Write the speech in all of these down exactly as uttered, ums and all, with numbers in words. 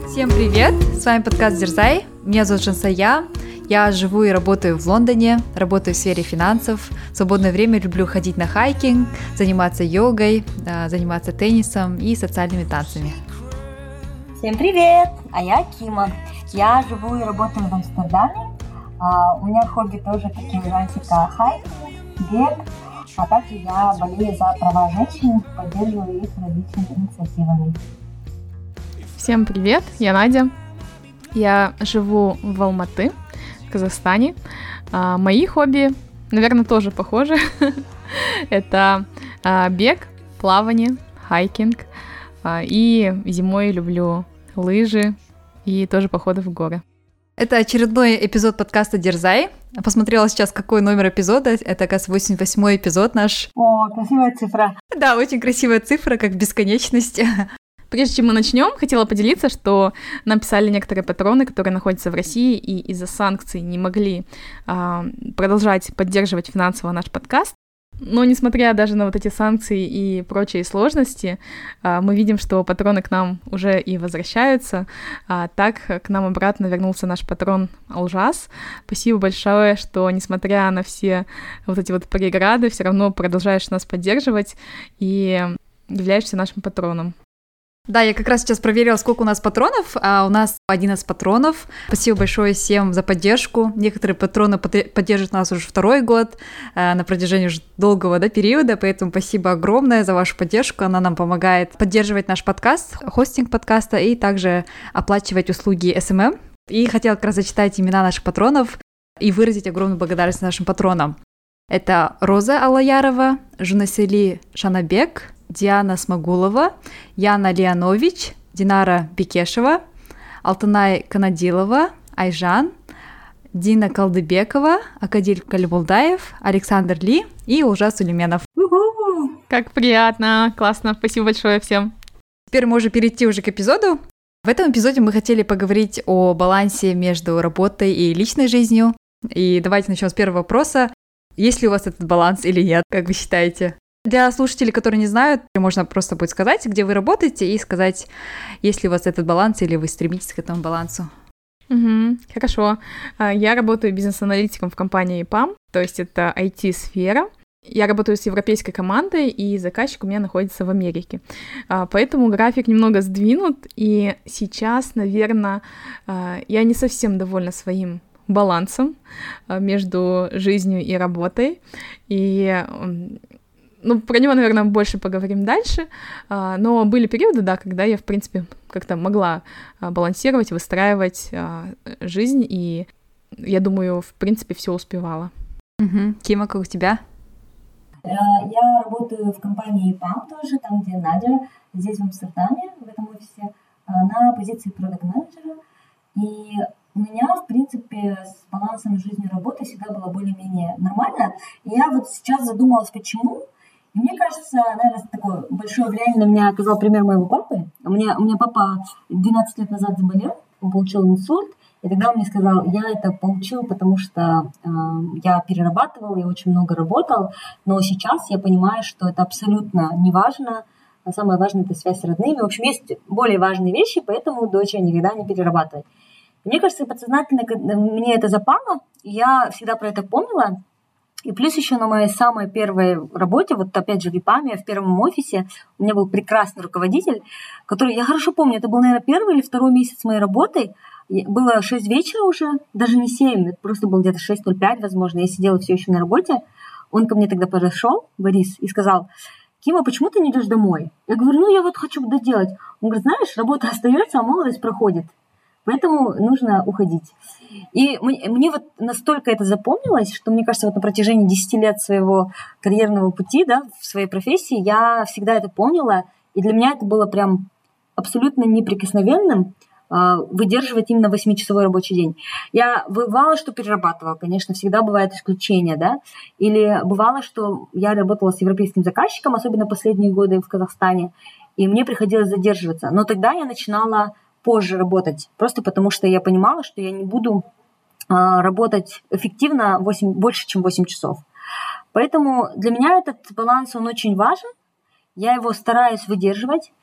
Всем привет! С вами подкаст Дерзай. Меня зовут Жансая. Я живу и работаю в Лондоне, работаю в сфере финансов. В свободное время люблю ходить на хайкинг, заниматься йогой, заниматься теннисом и социальными танцами. Всем привет! А я Кима. Я живу и работаю в Амстердаме. А, у меня хобби тоже такие варианты, как хайкинг, бег, а также я болею за права женщин, поддерживаю их различными инициативами. Всем привет, я Надя. Я живу в Алматы, в Казахстане. А, мои хобби, наверное, тоже похожи. Это а, бег, плавание, хайкинг. А, и зимой люблю лыжи и тоже походы в горы. Это очередной эпизод подкаста «Дерзай». Посмотрела сейчас, какой номер эпизода. Это, оказывается, восемьдесят восьмой эпизод наш. О, красивая цифра. Да, очень красивая цифра, как бесконечность. Прежде чем мы начнем, хотела поделиться, что нам писали некоторые патроны, которые находятся в России и из-за санкций не могли а, продолжать поддерживать финансово наш подкаст. Но несмотря даже на вот эти санкции и прочие сложности, а, мы видим, что патроны к нам уже и возвращаются. А, так к нам обратно вернулся наш патрон Алжас. Спасибо большое, что, несмотря на все вот эти вот преграды, все равно продолжаешь нас поддерживать и являешься нашим патроном. Да, я как раз сейчас проверила, сколько у нас патронов, а у нас одиннадцать патронов. Спасибо большое всем за поддержку. Некоторые патроны поддерживают нас уже второй год, на протяжении уже долгого да, периода, поэтому спасибо огромное за вашу поддержку. Она нам помогает поддерживать наш подкаст, хостинг подкаста и также оплачивать услуги эс эм эм. И хотела как раз зачитать имена наших патронов и выразить огромную благодарность нашим патронам. Это Роза Алаярова, Жунасели Шанабек, Диана Смагулова, Яна Леонович, Динара Бекешева, Алтынай Канадилова, Айжан, Дина Калдыбекова, Акадиль Калибулдаев, Александр Ли и Ужас Сулейменов. У-ху! Как приятно, классно, спасибо большое всем. Теперь можно перейти уже к эпизоду. В этом эпизоде мы хотели поговорить о балансе между работой и личной жизнью. И давайте начнем с первого вопроса. Есть ли у вас этот баланс или нет, как вы считаете? Для слушателей, которые не знают, можно просто будет сказать, где вы работаете, и сказать, есть ли у вас этот баланс, или вы стремитесь к этому балансу. Угу, хорошо. Я работаю бизнес-аналитиком в компании пам, то есть это ай ти-сфера. Я работаю с европейской командой, и заказчик у меня находится в Америке. Поэтому график немного сдвинут, и сейчас, наверное, я не совсем довольна своим балансом между жизнью и работой. И ну, про него, наверное, больше поговорим дальше, но были периоды, да, когда я, в принципе, как-то могла балансировать, выстраивать жизнь, и я думаю, в принципе, все успевала. Угу. Кима, как у тебя? Я работаю в компании пам тоже, там, где Надя, здесь в Амстердаме, в этом офисе, на позиции продакт-менеджера, и у меня, в принципе, с балансом жизни и работы всегда было более-менее нормально, и я вот сейчас задумалась, почему. И мне кажется, наверное, такое большое влияние на меня оказал пример моего папы. У меня, у меня папа двенадцать лет назад заболел, он получил инсульт, и тогда он мне сказал, я это получил, потому что э, я перерабатывал, я очень много работал, но сейчас я понимаю, что это абсолютно не важно. Самое важное — это связь с родными. В общем, есть более важные вещи, поэтому дочь никогда не перерабатывай. И мне кажется, подсознательно мне это запало, и я всегда про это помнила. И плюс еще на моей самой первой работе, вот опять же в ИПАМе, в первом офисе, у меня был прекрасный руководитель, который, я хорошо помню, это был, наверное, первый или второй месяц моей работы. Было шесть вечера уже, даже не семь, это просто было где-то шесть ноль пять, возможно, я сидела все еще на работе. Он ко мне тогда подошел, Борис, и сказал: Кима, почему ты не идешь домой? Я говорю, ну я вот хочу доделать. Он говорит, знаешь, работа остается, а молодость проходит. Поэтому нужно уходить. И мне, мне вот настолько это запомнилось, что, мне кажется, вот на протяжении десяти лет своего карьерного пути, да, в своей профессии, я всегда это помнила. И для меня это было прям абсолютно неприкосновенным э, выдерживать именно восьмичасовой рабочий день. Я бывало, что перерабатывала, конечно, всегда бывают исключения, да. Или бывало, что я работала с европейским заказчиком, особенно последние годы в Казахстане, и мне приходилось задерживаться. Но тогда я начинала позже работать, просто потому что я понимала, что я не буду а, работать эффективно восемь, больше, чем восемь часов. Поэтому для меня этот баланс, он очень важен, я его стараюсь выдерживать,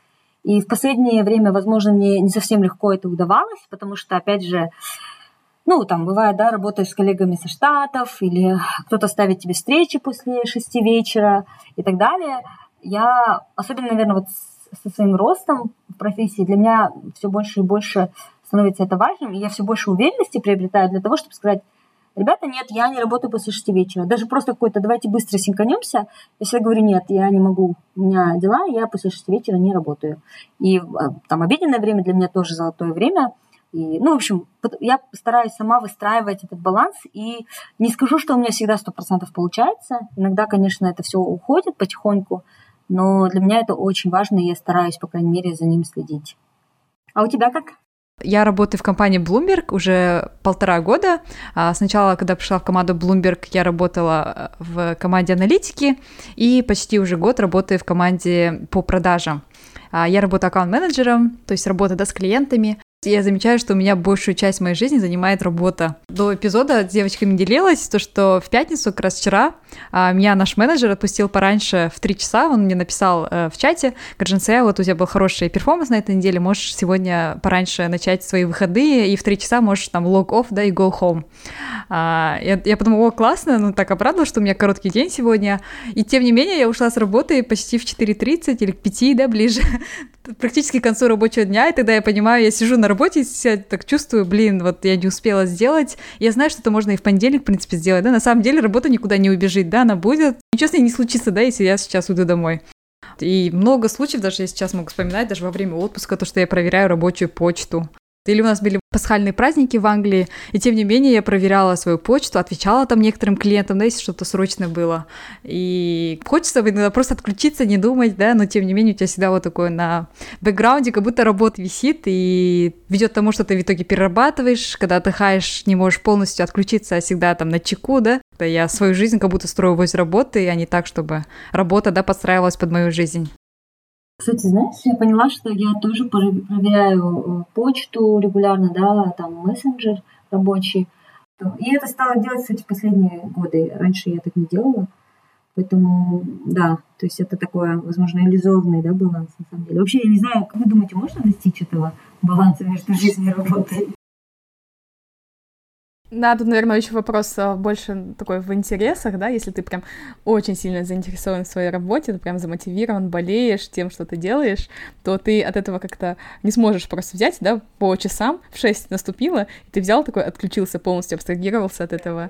И в последнее время, возможно, мне не совсем легко это удавалось, потому что, опять же, ну, там бывает, да, работаешь с коллегами со Штатов, или кто-то ставит тебе встречи после шести вечера и так далее. Я, особенно, наверное, вот со своим ростом в профессии, для меня все больше и больше становится это важным, и я все больше уверенности приобретаю для того, чтобы сказать: ребята, нет, я не работаю после шести вечера. Даже просто какой-то давайте быстро синканемся. Я всегда говорю: нет, я не могу, у меня дела, я после шести вечера не работаю. И там обеденное время для меня тоже золотое время. И, ну, в общем, я стараюсь сама выстраивать этот баланс, и не скажу, что у меня всегда сто процентов получается. Иногда, конечно, это все уходит потихоньку, но для меня это очень важно, и я стараюсь, по крайней мере, за ним следить. А у тебя как? Я работаю в компании Bloomberg уже полтора года. Сначала, когда пришла в команду Bloomberg, я работала в команде аналитики, и почти уже год работаю в команде по продажам. Я работаю аккаунт-менеджером, то есть работа, да, с клиентами. Я замечаю, что у меня большую часть моей жизни занимает работа. До эпизода с девочками делилась, то, что в пятницу, как раз вчера, меня наш менеджер отпустил пораньше в три часа. Он мне написал в чате: Горженце, вот у тебя был хороший перформанс на этой неделе, можешь сегодня пораньше начать свои выходные, и в три часа можешь там log off, да, и go home. Я, я подумала: о, классно, ну так обрадовалась, что у меня короткий день сегодня. И тем не менее я ушла с работы почти в четыре тридцать или к пяти, да, ближе, практически к концу рабочего дня, и тогда я понимаю, я сижу на работе, себя так чувствую, блин, вот я не успела сделать. Я знаю, что это можно и в понедельник, в принципе, сделать, да, на самом деле работа никуда не убежит, да, она будет, ничего с ней не случится, да, если я сейчас уйду домой. И много случаев, даже я сейчас могу вспоминать, даже во время отпуска, то, что я проверяю рабочую почту. Или у нас были пасхальные праздники в Англии, и тем не менее я проверяла свою почту, отвечала там некоторым клиентам, да, если что-то срочное было. И хочется иногда просто отключиться, не думать, да, но тем не менее у тебя всегда вот такое на бэкграунде, как будто работа висит и ведет к тому, что ты в итоге перерабатываешь, когда отдыхаешь, не можешь полностью отключиться, а всегда там на чеку, да. Я свою жизнь как будто строю возле работы, а не так, чтобы работа, да, подстраивалась под мою жизнь. Кстати, знаешь, я поняла, что я тоже проверяю почту регулярно, да, там мессенджер рабочий. И это стала делать, кстати, в последние годы. Раньше я так не делала. Поэтому, да, то есть это такое, возможно, иллюзорный, да, баланс на самом деле. Вообще, я не знаю, как вы думаете, можно достичь этого баланса между жизнью и работой? Да, тут, наверное, еще вопрос больше такой в интересах, да, если ты прям очень сильно заинтересован в своей работе, ты прям замотивирован, болеешь тем, что ты делаешь, то ты от этого как-то не сможешь просто взять, да, по часам, в шесть наступило, и ты взял такой, отключился полностью, абстрагировался от этого,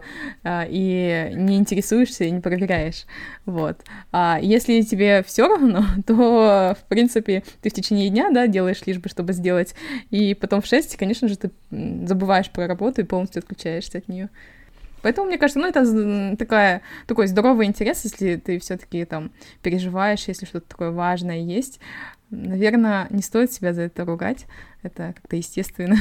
и не интересуешься, и не проверяешь, вот. А если тебе все равно, то, в принципе, ты в течение дня, да, делаешь лишь бы, чтобы сделать, и потом в шесть, конечно же, ты забываешь про работу и полностью отключаешься от нее. Поэтому, мне кажется, ну, это такая, такой здоровый интерес, если ты все-таки там переживаешь, если что-то такое важное есть. Наверное, не стоит себя за это ругать. Это как-то естественно.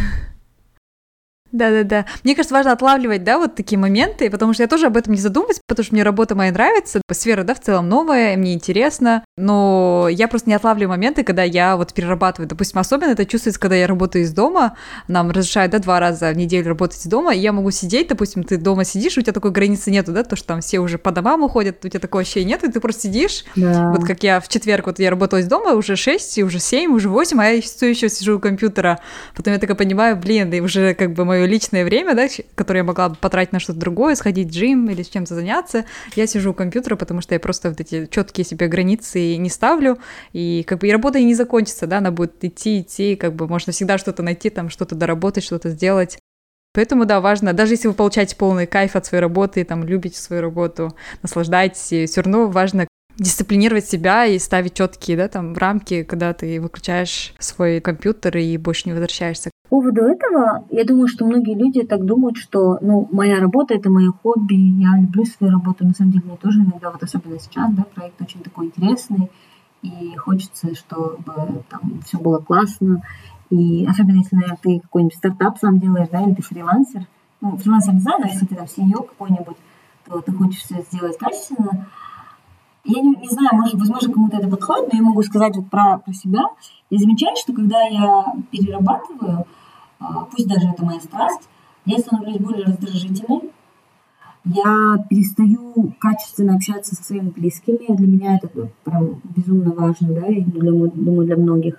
Да-да-да. Мне кажется, важно отлавливать, да, вот такие моменты, потому что я тоже об этом не задумываюсь, потому что мне работа моя нравится, сфера, да, в целом новая, мне интересно, но я просто не отлавливаю моменты, когда я вот перерабатываю. Допустим, особенно это чувствуется, когда я работаю из дома, нам разрешают, да, два раза в неделю работать из дома, и я могу сидеть, допустим, ты дома сидишь, у тебя такой границы нету, да, то, что там все уже по домам уходят, у тебя такого ощущения нет, и ты просто сидишь, да. Вот как я в четверг, вот я работала из дома, уже шесть, и уже семь, уже восемь, а я все еще сижу у компьютера, потом я такая понимаю, блин, и уже как бы мое личное время, да, которое я могла бы потратить на что-то другое, сходить в джим или с чем-то заняться, я сижу у компьютера, потому что я просто вот эти четкие себе границы не ставлю, и как бы и работа и не закончится, да, она будет идти, идти, как бы можно всегда что-то найти, там что-то доработать, что-то сделать. Поэтому, да, важно, даже если вы получаете полный кайф от своей работы, там, любите свою работу, наслаждаетесь, все равно важно дисциплинировать себя и ставить четкие, да, там, рамки, когда ты выключаешь свой компьютер и больше не возвращаешься. По поводу этого, я думаю, что многие люди так думают, что, ну, моя работа — это мое хобби, я люблю свою работу. На самом деле, мне тоже иногда, вот особенно сейчас, да, проект очень такой интересный, и хочется, чтобы там все было классно. И особенно, если, наверное, ты какой-нибудь стартап сам делаешь, да, или ты фрилансер. Ну, фрилансер не знаю, но если ты там си и о какой-нибудь, то ты хочешь все сделать качественно. Я не, не знаю, может, возможно, кому-то это подходит, но я могу сказать вот про, про себя. Я замечаю, что когда я перерабатываю, пусть даже это моя страсть, я становлюсь более раздражительной. Я перестаю качественно общаться со своими близкими. Для меня это прям безумно важно, да, и для, думаю, для многих.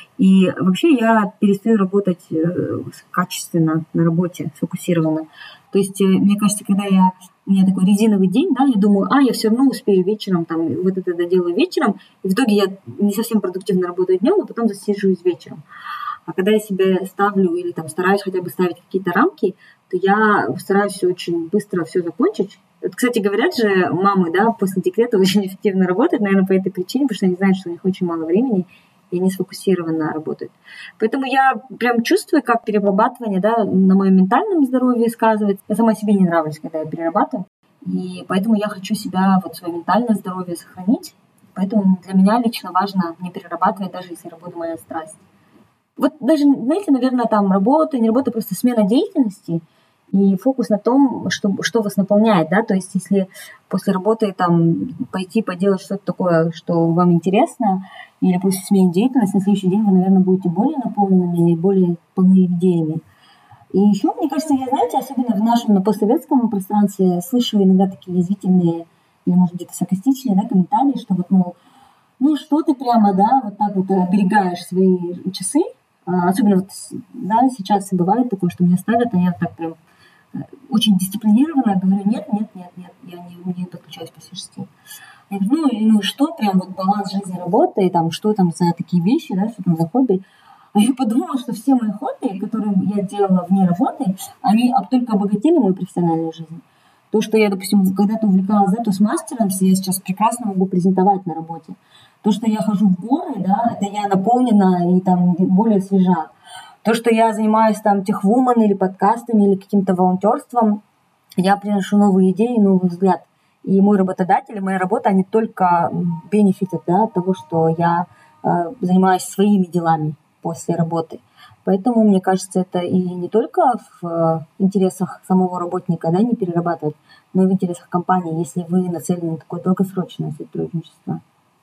И вообще я перестаю работать качественно на работе, сфокусированно. То есть, мне кажется, когда я, у меня такой резиновый день, да, я думаю, а, я все равно успею вечером, там, вот это доделаю вечером, и в итоге я не совсем продуктивно работаю днем, а потом засиживаюсь вечером. А когда я себе ставлю или там стараюсь хотя бы ставить какие-то рамки, то я стараюсь очень быстро все закончить. Вот, кстати, говорят же, мамы, да, после декрета очень эффективно работают, наверное, по этой причине, потому что они знают, что у них очень мало времени, и они сфокусированно работают. Поэтому я прям чувствую, как перерабатывание, да, на моем ментальном здоровье сказывается. Я сама себе не нравлюсь, когда я перерабатываю, и поэтому я хочу себя, вот свое ментальное здоровье сохранить. Поэтому для меня лично важно не перерабатывать, даже если работа моя страсть. Вот даже, знаете, наверное, там работа, не работа, просто смена деятельности и фокус на том, что, что вас наполняет, да, то есть если после работы там пойти поделать что-то такое, что вам интересно, или после смены деятельности, на следующий день вы, наверное, будете более наполненными и более полны идеями. И еще, мне кажется, я, знаете, особенно в нашем на постсоветском пространстве слышу иногда такие язвительные или, может, где-то саркастичные, да, комментарии, что вот, мол, ну что ты прямо, да, вот так вот оберегаешь свои часы. Особенно вот, да, сейчас бывает такое, что меня ставят, а я так прям очень дисциплинированно говорю, нет, нет, нет, нет, я не, не подключаюсь после шести. Я говорю, ну, ну что, прям вот баланс жизни работы, и там, что там за такие вещи, да, что там за хобби. А я подумала, что все мои хобби, которые я делала вне работы, они только обогатили мою профессиональную жизнь. То, что я, допустим, когда-то увлекалась, да, то с мастером, я сейчас прекрасно могу презентовать на работе. То, что я хожу в горы, да, это я наполнена и там более свежа. То, что я занимаюсь там техвумен или подкастами, или каким-то волонтерством, я приношу новые идеи, новый взгляд. И мой работодатель, и моя работа, они только бенефитят, да, от того, что я э, занимаюсь своими делами после работы. Поэтому, мне кажется, это и не только в э, интересах самого работника, да, не перерабатывать, но и в интересах компании, если вы нацелены на такое долгосрочное сотрудничество.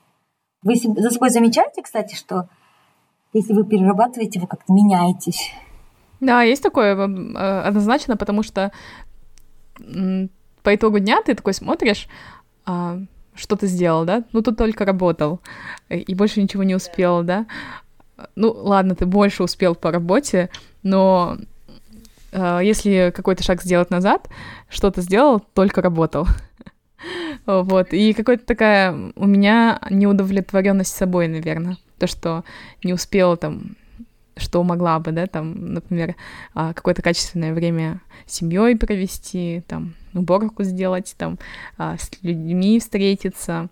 Вы за собой замечаете, кстати, что если вы перерабатываете, вы как-то меняетесь? Да, есть такое однозначно, потому что по итогу дня ты такой смотришь, что ты сделал, да? Ну, ты только работал, и больше ничего не успел, да? Ну, ладно, ты больше успел по работе, но если какой-то шаг сделать назад, что ты сделал, только работал. Вот, и какая-то такая у меня неудовлетворенность собой, наверное, то, что не успела там, что могла бы, да, там, например, какое-то качественное время с семьей провести, там, уборку сделать, там, с людьми встретиться,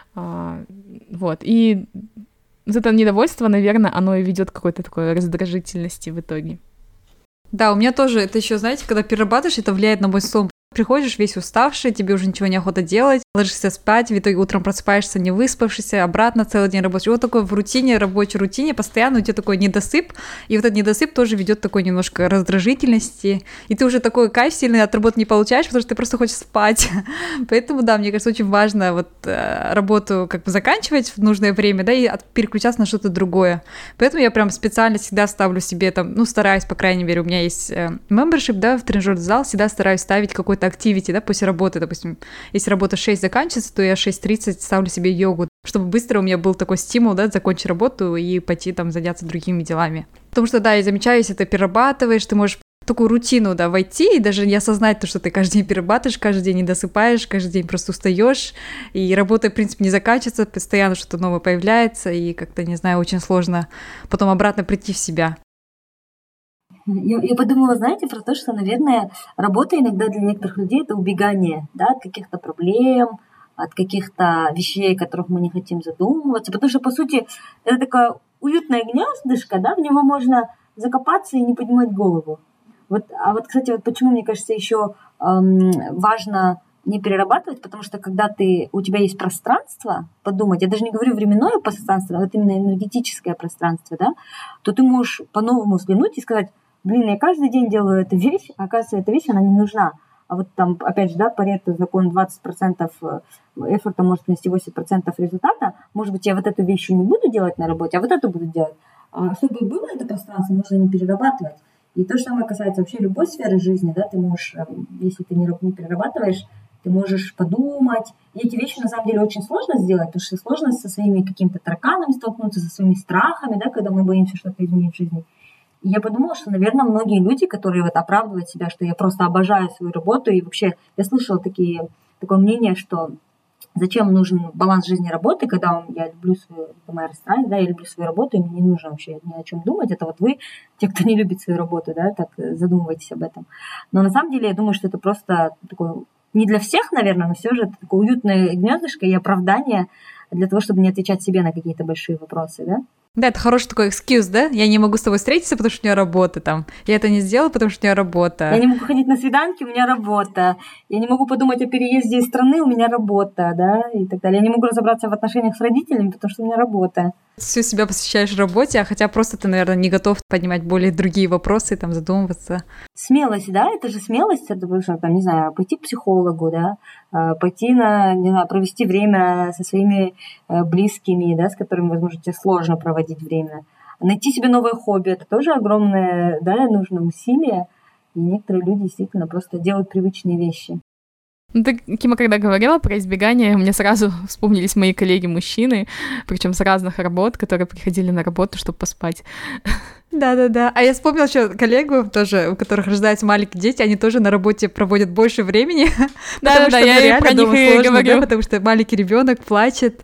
вот, и это недовольство, наверное, оно и ведет к какой-то такой раздражительности в итоге. Да, у меня тоже это еще, знаете, когда перерабатываешь, это влияет на мой сон. Приходишь весь уставший, тебе уже ничего не охота делать, ложишься спать, в итоге утром просыпаешься не выспавшийся, обратно целый день работаешь. Вот такой в рутине, рабочей рутине постоянно у тебя такой недосып, и вот этот недосып тоже ведет к такой немножко раздражительности, и ты уже такой кайф сильный от работы не получаешь, потому что ты просто хочешь спать. Поэтому, да, мне кажется, очень важно вот работу как бы заканчивать в нужное время, да, и переключаться на что-то другое. Поэтому я прям специально всегда ставлю себе там, ну, стараюсь, по крайней мере, у меня есть membership, да, в тренажерный зал, всегда стараюсь ставить какой-то activity, да, после работы, допустим, если работа в шесть заканчивается, то я в шесть тридцать ставлю себе йогу, чтобы быстро у меня был такой стимул, да, закончить работу и пойти там заняться другими делами. Потому что, да, я замечаю, если ты перерабатываешь, ты можешь в такую рутину, да, войти и даже не осознать то, что ты каждый день перерабатываешь, каждый день не досыпаешь, каждый день просто устаешь, и работа, в принципе, не заканчивается, постоянно что-то новое появляется, и как-то, не знаю, очень сложно потом обратно прийти в себя. Я, я подумала, знаете, про то, что, наверное, работа иногда для некоторых людей — это убегание, да, от каких-то проблем, от каких-то вещей, о которых мы не хотим задумываться, потому что, по сути, это такое уютное гнездышко, да, в него можно закопаться и не поднимать голову. Вот, а вот, кстати, вот почему, мне кажется, еще эм, важно не перерабатывать, потому что когда ты, у тебя есть пространство подумать, я даже не говорю временное пространство, а вот именно энергетическое пространство, да, то ты можешь по-новому взглянуть и сказать: блин, я каждый день делаю эту вещь, а оказывается, эта вещь, она не нужна. А вот там, опять же, да, Парето закон двадцать процентов эфорта может принести восемьдесят процентов результата. Может быть, я вот эту вещь не буду делать на работе, а вот эту буду делать. А чтобы было это пространство, нужно не перерабатывать. И то же самое касается вообще любой сферы жизни, да, ты можешь, если ты не, не перерабатываешь, ты можешь подумать. И эти вещи, на самом деле, очень сложно сделать, потому что сложно со своими какими-то тараканами столкнуться, со своими страхами, да, когда мы боимся что-то изменить в жизни. И я подумала, что, наверное, многие люди, которые вот оправдывают себя, что я просто обожаю свою работу, и вообще я слышала такие, такое мнение, что зачем нужен баланс жизни и работы, когда я люблю свою, это моя страсть, да, я люблю свою работу, и мне не нужно вообще ни о чем думать. Это вот вы, те, кто не любит свою работу, да, так задумывайтесь об этом. Но на самом деле я думаю, что это просто такое, не для всех, наверное, но все же это такое уютное гнездышко и оправдание для того, чтобы не отвечать себе на какие-то большие вопросы, да. Да, это хороший такой экскьюз, да? Я не могу с тобой встретиться, потому что у меня работа там. Я это не сделала, потому что у меня работа. Я не могу ходить на свиданки, у меня работа. Я не могу подумать о переезде из страны, у меня работа, да, и так далее. Я не могу разобраться в отношениях с родителями, потому что у меня работа. Всю себя посвящаешь работе, а хотя просто ты, наверное, не готов поднимать более другие вопросы, там, задумываться. Смелость, да, это же смелость, это, там, не знаю, пойти к психологу, да, пойти на, не знаю, провести время со своими близкими, да, с которыми, возможно, тебе сложно проводить время. Найти себе новое хобби, это тоже огромное, да, нужно усилие, и некоторые люди действительно просто делают привычные вещи. Ну, ты, Кима, когда говорила про избегание, мне сразу вспомнились мои коллеги-мужчины, причем с разных работ, которые приходили на работу, чтобы поспать. Да-да-да. А я вспомнила еще коллегу тоже, у которых рождаются маленькие дети, они тоже на работе проводят больше времени. Да-да-да, я про них и говорю. Да, потому что маленький ребенок плачет,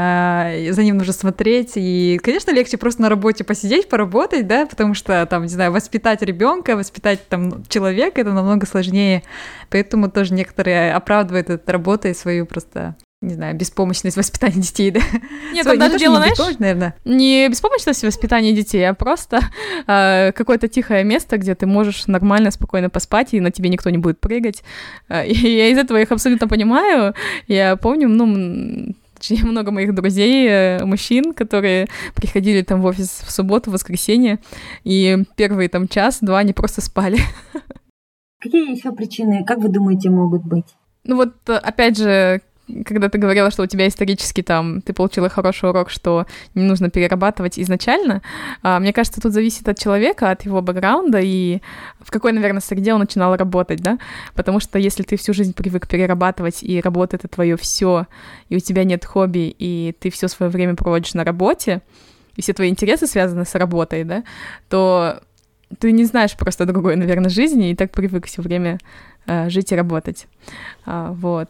за ним нужно смотреть, и, конечно, легче просто на работе посидеть, поработать, да, потому что, там, не знаю, воспитать ребенка, воспитать там человека, это намного сложнее, поэтому тоже некоторые оправдывают этой работой свою просто... не знаю, беспомощность в воспитании детей, да? Нет, там даже дело, знаешь, наверное. Не беспомощность в воспитании детей, а просто э, какое-то тихое место, где ты можешь нормально, спокойно поспать, и на тебе никто не будет прыгать. И я из этого их абсолютно понимаю. Я помню, ну, много моих друзей, мужчин, которые приходили там в офис в субботу, в воскресенье, и первые там час-два они просто спали. Какие еще причины, как вы думаете, могут быть? Ну вот, опять же, когда ты говорила, что у тебя исторически там, ты получила хороший урок, что не нужно перерабатывать изначально, а, мне кажется, тут зависит от человека, от его бэкграунда и в какой, наверное, среде он начинал работать, да, потому что если ты всю жизнь привык перерабатывать, и работа — это твое все, и у тебя нет хобби, и ты все свое время проводишь на работе, и все твои интересы связаны с работой, да, то ты не знаешь просто другой, наверное, жизни, и так привык все время э, жить и работать, а, вот.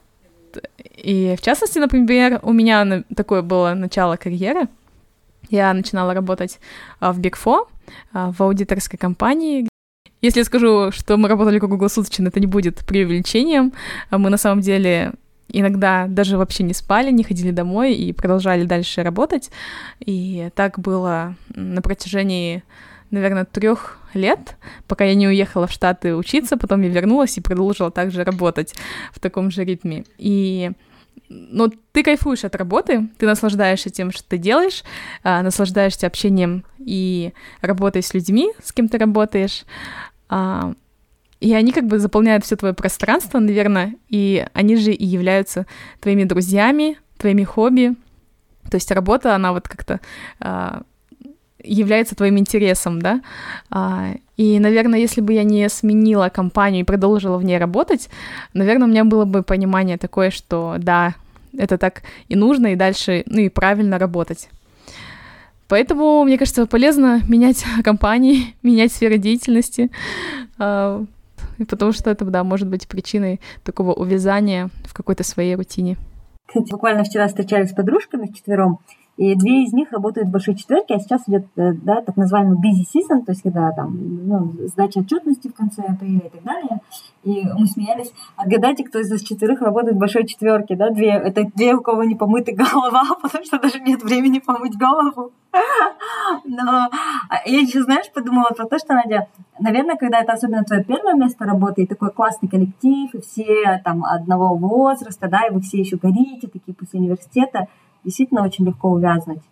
И в частности, например, у меня такое было начало карьеры. Я начинала работать в Big Four, в аудиторской компании. Если я скажу, что мы работали круглосуточно, это не будет преувеличением. Мы на самом деле иногда даже вообще не спали, не ходили домой и продолжали дальше работать. И так было на протяжении, наверное, трех лет, пока я не уехала в Штаты учиться, потом я вернулась и продолжила также работать в таком же ритме. И, ну, ты кайфуешь от работы, ты наслаждаешься тем, что ты делаешь, а, наслаждаешься общением и работой с людьми, с кем ты работаешь, а, и они как бы заполняют все твое пространство, наверное, и они же и являются твоими друзьями, твоими хобби. То есть работа, она вот как-то... А, является твоим интересом, да, а, и, наверное, если бы я не сменила компанию и продолжила в ней работать, наверное, у меня было бы понимание такое, что да, это так и нужно, и дальше, ну и правильно работать. Поэтому, мне кажется, полезно менять компании, менять сферы деятельности, а, потому что это, да, может быть причиной такого увязания в какой-то своей рутине. Кстати, буквально вчера встречались с подружками вчетвером, и две из них работают в большой четверке, а сейчас идет, да, так называемый busy season, то есть когда там, ну, сдача отчетности в конце апреля и так далее. И мы смеялись, отгадайте, кто из четверых работает в большой четверке, да, две, это две, у кого не помыта голова, потому что даже нет времени помыть голову. Но я еще, знаешь, подумала про то, что, Надя, наверное, когда это особенно твое первое место работы, и такой классный коллектив, и все там одного возраста, да, и вы все еще горите, такие после университета, действительно очень легко увязнуть.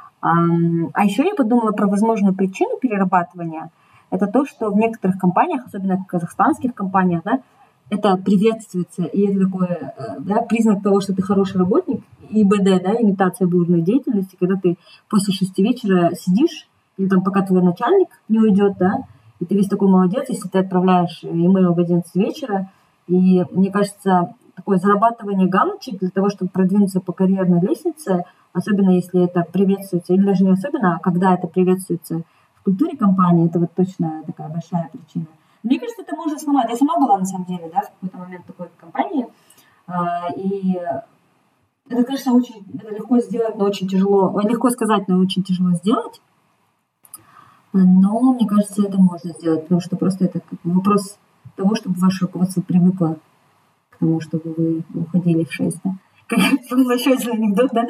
А еще я подумала про возможную причину перерабатывания. Это то, что в некоторых компаниях, особенно в казахстанских компаниях, да, это приветствуется, и это такой, да, признак того, что ты хороший работник, ИБД, да, имитация бурной деятельности, когда ты после шести вечера сидишь, или там пока твой начальник не уйдет, да, и ты весь такой молодец, если ты отправляешь имейл в одиннадцать вечера. И мне кажется, такое зарабатывание галочек для того, чтобы продвинуться по карьерной лестнице, особенно если это приветствуется, или даже не особенно, а когда это приветствуется в культуре компании, это вот точно такая большая причина. Мне кажется, это можно сломать. Я сама была, на самом деле, да, в какой-то момент такой компании, и это, конечно, очень это легко сделать, но очень тяжело, легко сказать, но очень тяжело сделать. Но, мне кажется, это можно сделать, потому что просто это как вопрос того, чтобы ваше руководство привыкло к тому, чтобы вы уходили в шесть. Да? Как еще один анекдот, да?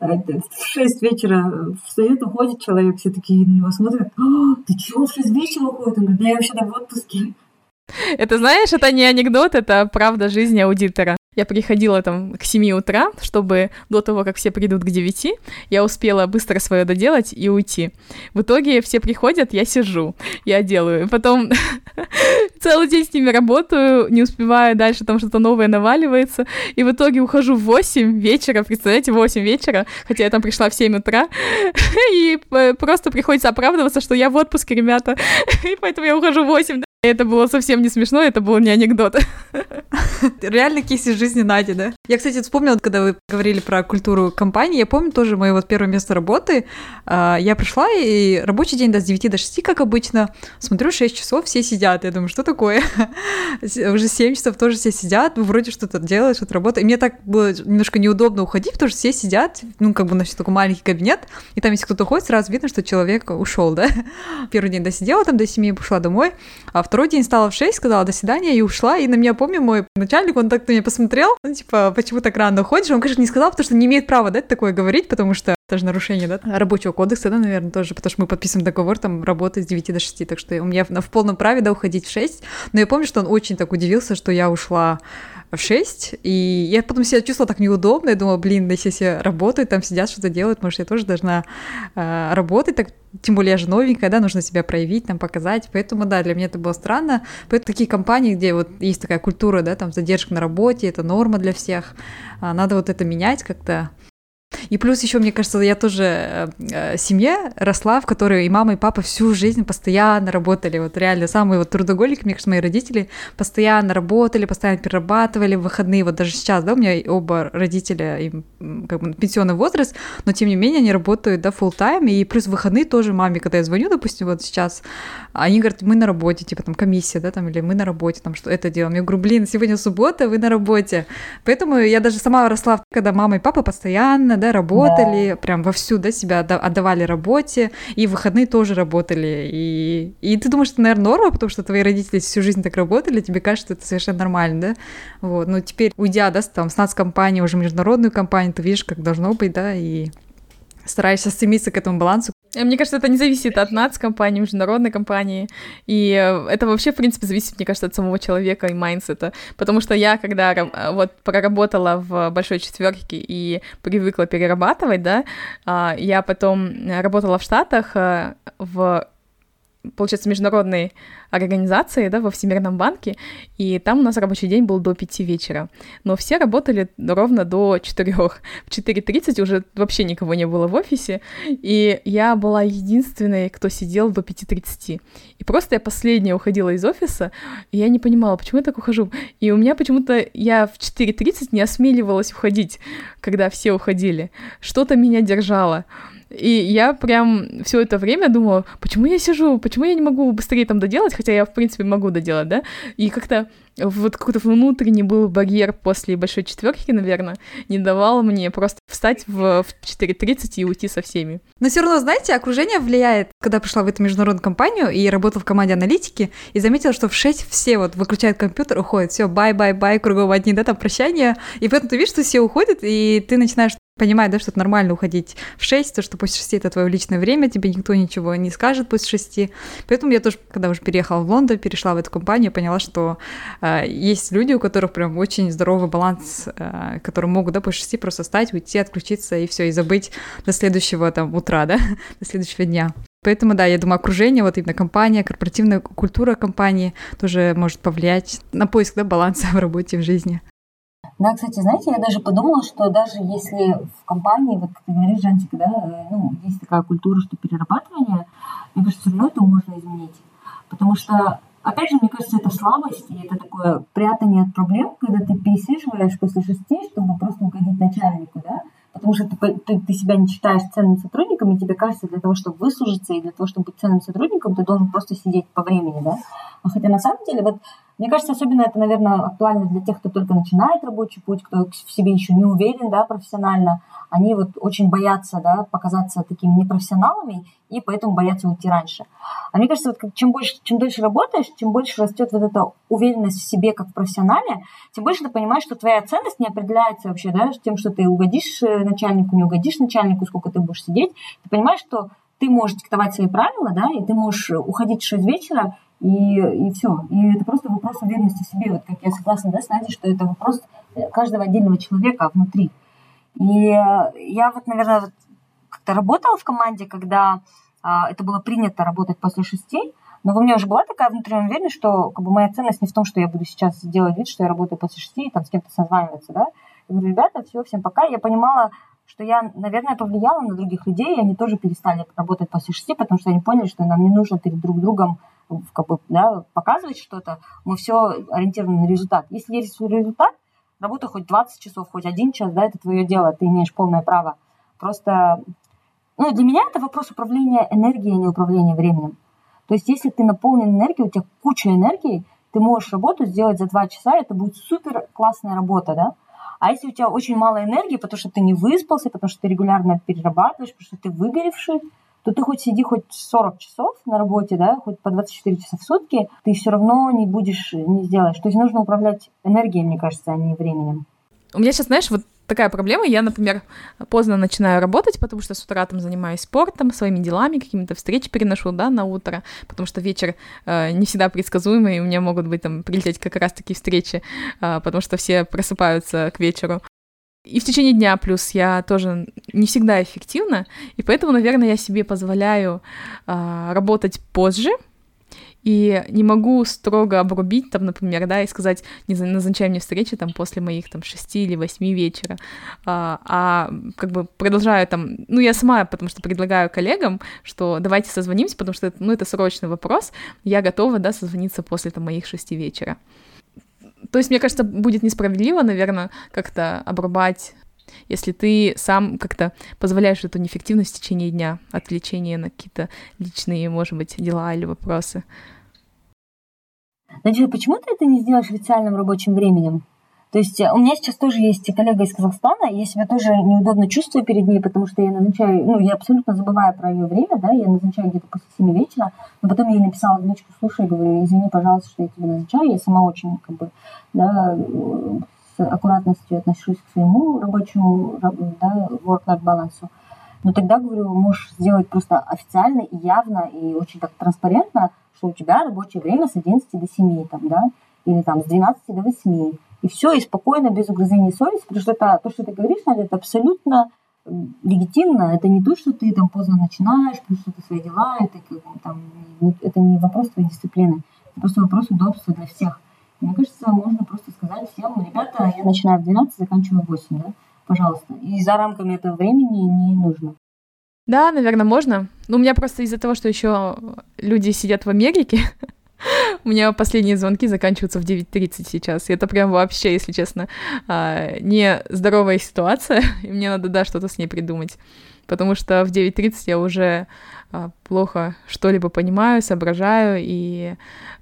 В шесть вечера встает, уходит человек, все такие на него смотрят. Ты чего в шесть вечера уходит? Он говорит, да я вообще-то в отпуске. Это, знаешь, это не анекдот, это правда жизни аудитора. Я приходила там к семи утра, чтобы до того, как все придут к девяти, я успела быстро свое доделать и уйти. В итоге все приходят, я сижу, я делаю. Потом целый день с ними работаю, не успеваю дальше, там что-то новое наваливается. И в итоге ухожу в восемь вечера, представляете, в восемь вечера, хотя я там пришла в семь утра. И просто приходится оправдываться, что я в отпуске, ребята. И поэтому я ухожу в восемь. Это было совсем не смешно, это был не анекдот. Реально кейс из жизни Нади, да? Я, кстати, вспомнила, когда вы говорили про культуру компании, я помню тоже мое вот первое место работы. Я пришла, и рабочий день, да, с девяти до шести, как обычно. Смотрю, шесть часов, все сидят. Я думаю, что такое? Уже семь часов тоже все сидят, вроде что-то делают, что-то работают. И мне так было немножко неудобно уходить, потому что все сидят, ну, как бы, значит, такой маленький кабинет, и там, если кто-то уходит, сразу видно, что человек ушел, да? Первый день досидела там до семи, пошла домой, а второй день встала в шесть, сказала до свидания и ушла. И на меня, помню, мой начальник, он так на меня посмотрел, ну, типа, почему так рано уходишь? Он, конечно, не сказал, потому что не имеет права, да, такое говорить, потому что это же нарушение, да, рабочего кодекса, да, наверное, тоже, потому что мы подписываем договор, там, работать с девяти до шести, так что у меня в полном праве, да, уходить в шесть. Но я помню, что он очень так удивился, что я ушла в шесть, и я потом себя чувствовала так неудобно, я думала, блин, если все работают, там сидят, что-то делают, может, я тоже должна э, работать, так, тем более я же новенькая, да, нужно себя проявить, там, показать, поэтому, да, для меня это было странно, поэтому такие компании, где вот есть такая культура, да, там, задержка на работе, это норма для всех, надо вот это менять как-то. И плюс еще, мне кажется, я тоже э, в семье росла, в которой и мама, и папа всю жизнь постоянно работали. Вот реально самые вот трудоголики, мне кажется, мои родители постоянно работали, постоянно перерабатывали в выходные. Вот даже сейчас, да, у меня оба родителя, им как бы пенсионный возраст, но тем не менее они работают, да, full-time. И плюс в выходные тоже маме, когда я звоню, допустим, вот сейчас, они говорят, мы на работе, типа там комиссия, да, там, или мы на работе, там, что это делаем. Я говорю, блин, сегодня суббота, вы на работе. Поэтому я даже сама росла, когда мама и папа постоянно, да, работали, да. Прям вовсю, да, себя отдавали работе, и в выходные тоже работали, и, и ты думаешь, это, наверное, норма, потому что твои родители всю жизнь так работали, тебе кажется, это совершенно нормально, да, вот, но теперь, уйдя, да, там, с нацкомпании, уже международную компанию, ты видишь, как должно быть, да, и стараешься стремиться к этому балансу. Мне кажется, это не зависит от нацкомпании, международной компании, и это вообще, в принципе, зависит, мне кажется, от самого человека и майндсета, потому что я, когда вот проработала в большой четверке и привыкла перерабатывать, да, я потом работала в Штатах в, получается, международной организации, да, во Всемирном банке, и там у нас рабочий день был до пяти вечера, но все работали ровно до четырех. В четыре тридцать уже вообще никого не было в офисе, и я была единственной, кто сидел до пяти тридцати. И просто я последняя уходила из офиса, и я не понимала, почему я так ухожу. И у меня почему-то, я в четыре тридцать не осмеливалась уходить, когда все уходили. Что-то меня держало. И я прям все это время думала, почему я сижу, почему я не могу быстрее там доделать, хотя я, в принципе, могу доделать, да? И как-то вот какой-то внутренний был барьер после большой четверки, наверное, не давал мне просто встать в, в четыре тридцать и уйти со всеми. Но все равно, знаете, окружение влияет. Когда пришла в эту международную компанию и работала в команде аналитики, и заметила, что в шесть все вот выключают компьютер, уходят, все, бай-бай-бай, кругом одни, да, там прощания, и поэтому ты видишь, что все уходят, и ты начинаешь понимать, да, что это нормально уходить в шесть, то, что после шести это твое личное время, тебе никто ничего не скажет после шести. Поэтому я тоже, когда уже переехала в Лондон, перешла в эту компанию, поняла, что э, есть люди, у которых прям очень здоровый баланс, э, которые могут, да, после шести просто встать, уйти, отключиться и все, и забыть до следующего там утра, да, до следующего дня. Поэтому, да, я думаю, окружение, вот именно компания, корпоративная культура компании тоже может повлиять на поиск, да, баланса в работе, в жизни. Да, кстати, знаете, я даже подумала, что даже если в компании, вот как ты говоришь, Жантик, да, ну, есть такая культура, что перерабатывание, мне кажется, все равно это можно изменить. Потому что, опять же, мне кажется, это слабость, и это такое прятание от проблем, когда ты пересиживаешь после шести, чтобы просто угодить начальнику, да? Потому что ты, ты, ты себя не считаешь ценным сотрудником, и тебе кажется, для того, чтобы выслужиться, и для того, чтобы быть ценным сотрудником, ты должен просто сидеть по времени, да? А хотя на самом деле, вот, мне кажется, особенно это, наверное, актуально для тех, кто только начинает рабочий путь, кто в себе еще не уверен, да, профессионально. Они вот очень боятся, да, показаться такими непрофессионалами, и поэтому боятся уйти раньше. А мне кажется, вот чем больше, чем дольше работаешь, чем больше растет вот эта уверенность в себе как в профессионале, тем больше ты понимаешь, что твоя ценность не определяется вообще, да, тем, что ты угодишь начальнику, не угодишь начальнику, сколько ты будешь сидеть. Ты понимаешь, что ты можешь диктовать свои правила, да, и ты можешь уходить в шесть вечера, и, и все. И это просто вопрос уверенности в себе. Вот как я согласна, да, с Надей, что это вопрос каждого отдельного человека внутри. И я вот, наверное, вот как-то работала в команде, когда а, это было принято работать после шести, но у меня уже была такая внутренняя уверенность, что как бы, моя ценность не в том, что я буду сейчас делать вид, что я работаю после шести и там с кем-то созваниваться, да. Я говорю, ребята, все, всем пока. Я понимала, что я, наверное, повлияла на других людей, и они тоже перестали работать после шести, потому что они поняли, что нам не нужно перед друг другом как бы, да, показывать что-то, мы все ориентированы на результат. Если есть результат, работа хоть двадцать часов, хоть один час, да, это твое дело, ты имеешь полное право. Просто, ну, для меня это вопрос управления энергией, а не управления временем. То есть, если ты наполнен энергией, у тебя куча энергии, ты можешь работу сделать за два часа, это будет супер классная работа, да. А если у тебя очень мало энергии, потому что ты не выспался, потому что ты регулярно перерабатываешь, потому что ты выгоревший, то ты хоть сиди хоть сорок часов на работе, да, хоть по двадцать четыре часа в сутки, ты все равно не будешь, не сделаешь. То есть нужно управлять энергией, мне кажется, а не временем. У меня сейчас, знаешь, вот такая проблема. Я, например, поздно начинаю работать, потому что с утра там занимаюсь спортом, своими делами, какими-то встречи переношу, да, на утро, потому что вечер э, не всегда предсказуемый, и у меня могут быть там прилететь как раз такие встречи, э, потому что все просыпаются к вечеру. И в течение дня плюс я тоже не всегда эффективна, и поэтому, наверное, я себе позволяю э, работать позже, и не могу строго обрубить, там, например, да, и сказать, не назначай мне встречи там после моих там шести или восьми вечера, а, а как бы продолжаю там, ну, я сама, потому что предлагаю коллегам, что давайте созвонимся, потому что, ну, это срочный вопрос, я готова, да, созвониться после там моих шести вечера. То есть, мне кажется, будет несправедливо, наверное, как-то обрубать, если ты сам как-то позволяешь эту неэффективность в течение дня, отвлечение на какие-то личные, может быть, дела или вопросы. Надежда, почему ты это не сделаешь официальным рабочим временем? То есть у меня сейчас тоже есть коллега из Казахстана, и я себя тоже неудобно чувствую перед ней, потому что я назначаю, ну, я абсолютно забываю про ее время, да, я назначаю где-то после семи вечера, но потом я ей написала в личку, слушай, говорю, извини, пожалуйста, что я тебя назначаю, я сама очень, как бы, да, с аккуратностью отношусь к своему рабочему, да, work-life балансу. Но тогда, говорю, можешь сделать просто официально и явно, и очень так транспарентно, что у тебя рабочее время с одиннадцати до семи, там, да, или там с двенадцати до восьми. И все, и спокойно, без угрызений совести, потому что это, то, что ты говоришь, Надя, это абсолютно легитимно. Это не то, что ты там поздно начинаешь, потому что ты свои дела, это, там, это не вопрос твоей дисциплины, это просто вопрос удобства для всех. Мне кажется, можно просто сказать всем, ребята, я начинаю в двенадцать, заканчиваю в восемь, да, пожалуйста. И за рамками этого времени не нужно. Да, наверное, можно. Но у меня просто из-за того, что еще люди сидят в Америке, у меня последние звонки заканчиваются в девять тридцать сейчас. И это прям вообще, если честно, не здоровая ситуация. И мне надо, да, что-то с ней придумать. Потому что в девять тридцать я уже плохо что-либо понимаю, соображаю. И,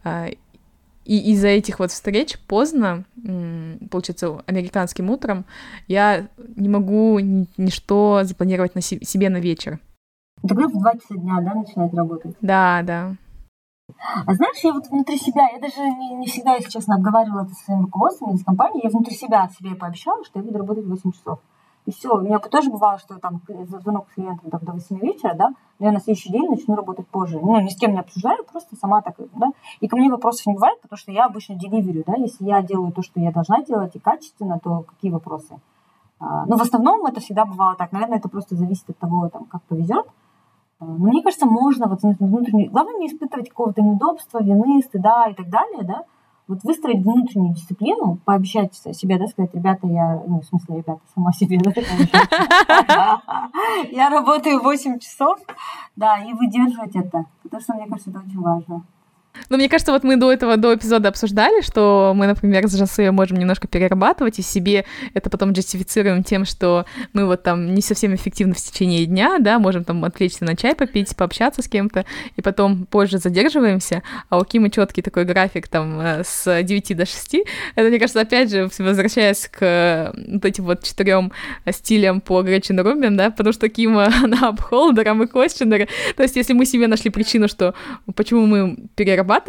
и из-за этих вот встреч поздно, получается, американским утром, я не могу ничто запланировать на себе на вечер. Тогда в два часа дня, да, начинает работать? Да, да. А знаешь, я вот внутри себя, я даже не, не всегда, если честно, обговаривала это со своим руководством или с компанией, я внутри себя себе пообещала, что я буду работать восемь часов. И все. У меня тоже бывало, что там звонок с клиентом там, до восьми вечера, да, но я на следующий день начну работать позже. Ну, ни с кем не обсуждаю, просто сама так, да. И ко мне вопросов не бывает, потому что я обычно деливерю, да, если я делаю то, что я должна делать, и качественно, то какие вопросы? А, но в основном это всегда бывало так. Наверное, это просто зависит от того, там, как повезет. Но мне кажется, можно вот внутренне... Главное не испытывать какого-то неудобства, вины, стыда и так далее, да. Вот выстроить внутреннюю дисциплину, пообещать себе, да, сказать, ребята, я... Ну, в смысле, ребята, сама себе, да, я работаю восемь часов, да, и выдерживать это. Потому что, мне кажется, это очень важно. Ну, мне кажется, вот мы до этого, до эпизода обсуждали, что мы, например, с Жансею можем немножко перерабатывать, и себе это потом джастифицируем тем, что мы вот там не совсем эффективны в течение дня, да, можем там отвлечься на чай попить, пообщаться с кем-то, и потом позже задерживаемся, а у Кимы четкий такой график там с девяти до шести. Это, мне кажется, опять же, возвращаясь к вот этим вот четырем стилям по Гретчен Рубин, да, потому что Кима, она апхолдер, а мы квестионеры. То есть если мы себе нашли причину, что почему мы перерабатываем,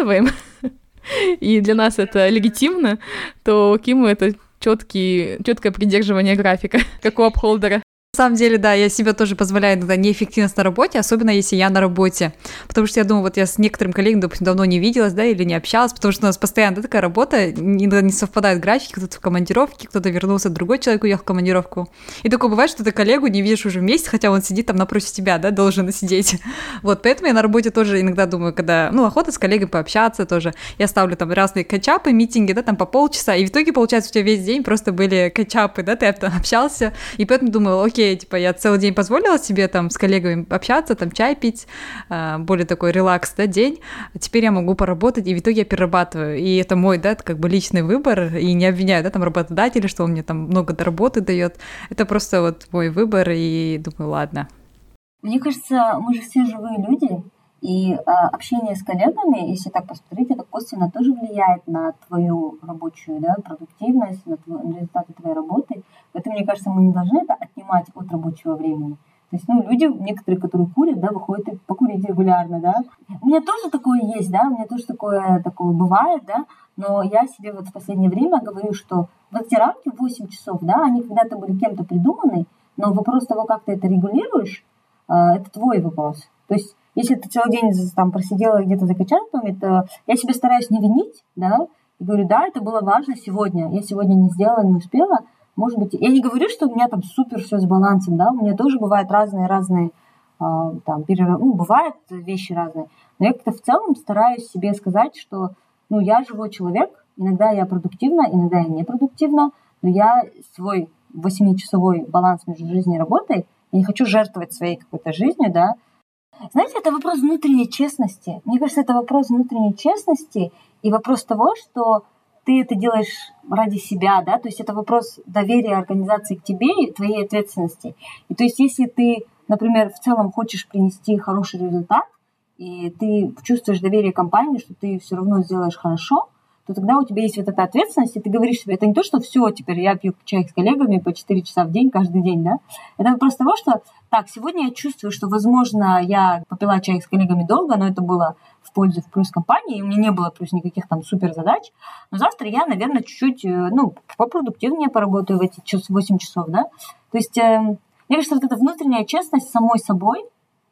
и для нас это легитимно, то у Кимы это четкий, четкое придерживание графика, как у апхолдера. На самом деле, да, я себе тоже позволяю иногда неэффективность на работе, особенно если я на работе, потому что я думаю, вот я с некоторым коллегами, допустим, давно не виделась, да, или не общалась, потому что у нас постоянно да, такая работа, иногда не совпадают графики, кто-то в командировке, кто-то вернулся, другой человек уехал в командировку, и такое бывает, что ты коллегу не видишь уже месяц, хотя он сидит там напротив тебя, да, должен сидеть, вот, поэтому я на работе тоже иногда думаю, когда, ну, охота с коллегой пообщаться тоже, я ставлю там разные кэтчапы, митинги, да, там по полчаса, и в итоге, получается, у тебя весь день просто были кэтчапы, да, ты там общался, и поэтому думаю, окей, типа, я целый день позволила себе там с коллегами общаться, там чай пить, более такой релакс, да, день, а теперь я могу поработать, и в итоге я перерабатываю, и это мой, да, как бы личный выбор, и не обвиняю, да, там, работодателя, что он мне там много до работы дает, это просто вот мой выбор, и думаю, ладно. Мне кажется, мы же все живые люди, и а, общение с коллегами, если так посмотреть, это косвенно тоже влияет на твою рабочую, да, продуктивность, на, твой, на результаты твоей работы. Поэтому, мне кажется, мы не должны это отнимать от рабочего времени. То есть, ну, люди, некоторые, которые курят, да, выходят и покурить регулярно, да. У меня тоже такое есть, да, у меня тоже такое, такое бывает, да, но я себе вот в последнее время говорю, что вот эти рамки восемь часов, да, они когда-то были кем-то придуманы, но вопрос того, как ты это регулируешь, это твой вопрос. То есть, если ты целый день там просидела где-то за качалками, то я себя стараюсь не винить, да, и говорю, да, это было важно сегодня, я сегодня не сделала, не успела, может быть, я не говорю, что у меня там супер все с балансом, да, у меня тоже бывают разные-разные, э, там, перерыв, ну, бывают вещи разные, но я как-то в целом стараюсь себе сказать, что, ну, я живой человек, иногда я продуктивна, иногда я непродуктивна, но я свой восьмичасовой баланс между жизнью и работой, я не хочу жертвовать своей какой-то жизнью, да. Знаете, это вопрос внутренней честности. Мне кажется, это вопрос внутренней честности и вопрос того, что ты это делаешь ради себя, да, то есть это вопрос доверия организации к тебе и твоей ответственности. И то есть если ты, например, в целом хочешь принести хороший результат, и ты чувствуешь доверие компании, что ты все равно сделаешь хорошо, то тогда у тебя есть вот эта ответственность, и ты говоришь себе, это не то, что все, теперь я пью чай с коллегами по четыре часа в день каждый день, да, это вопрос того, что так, сегодня я чувствую, что, возможно, я попила чай с коллегами долго, но это было в пользу, в плюс компании, и у меня не было плюс никаких там супер задач, но завтра я, наверное, чуть-чуть, ну, попродуктивнее поработаю в эти восемь часов, да, то есть, э, мне кажется, вот эта внутренняя честность с самой собой,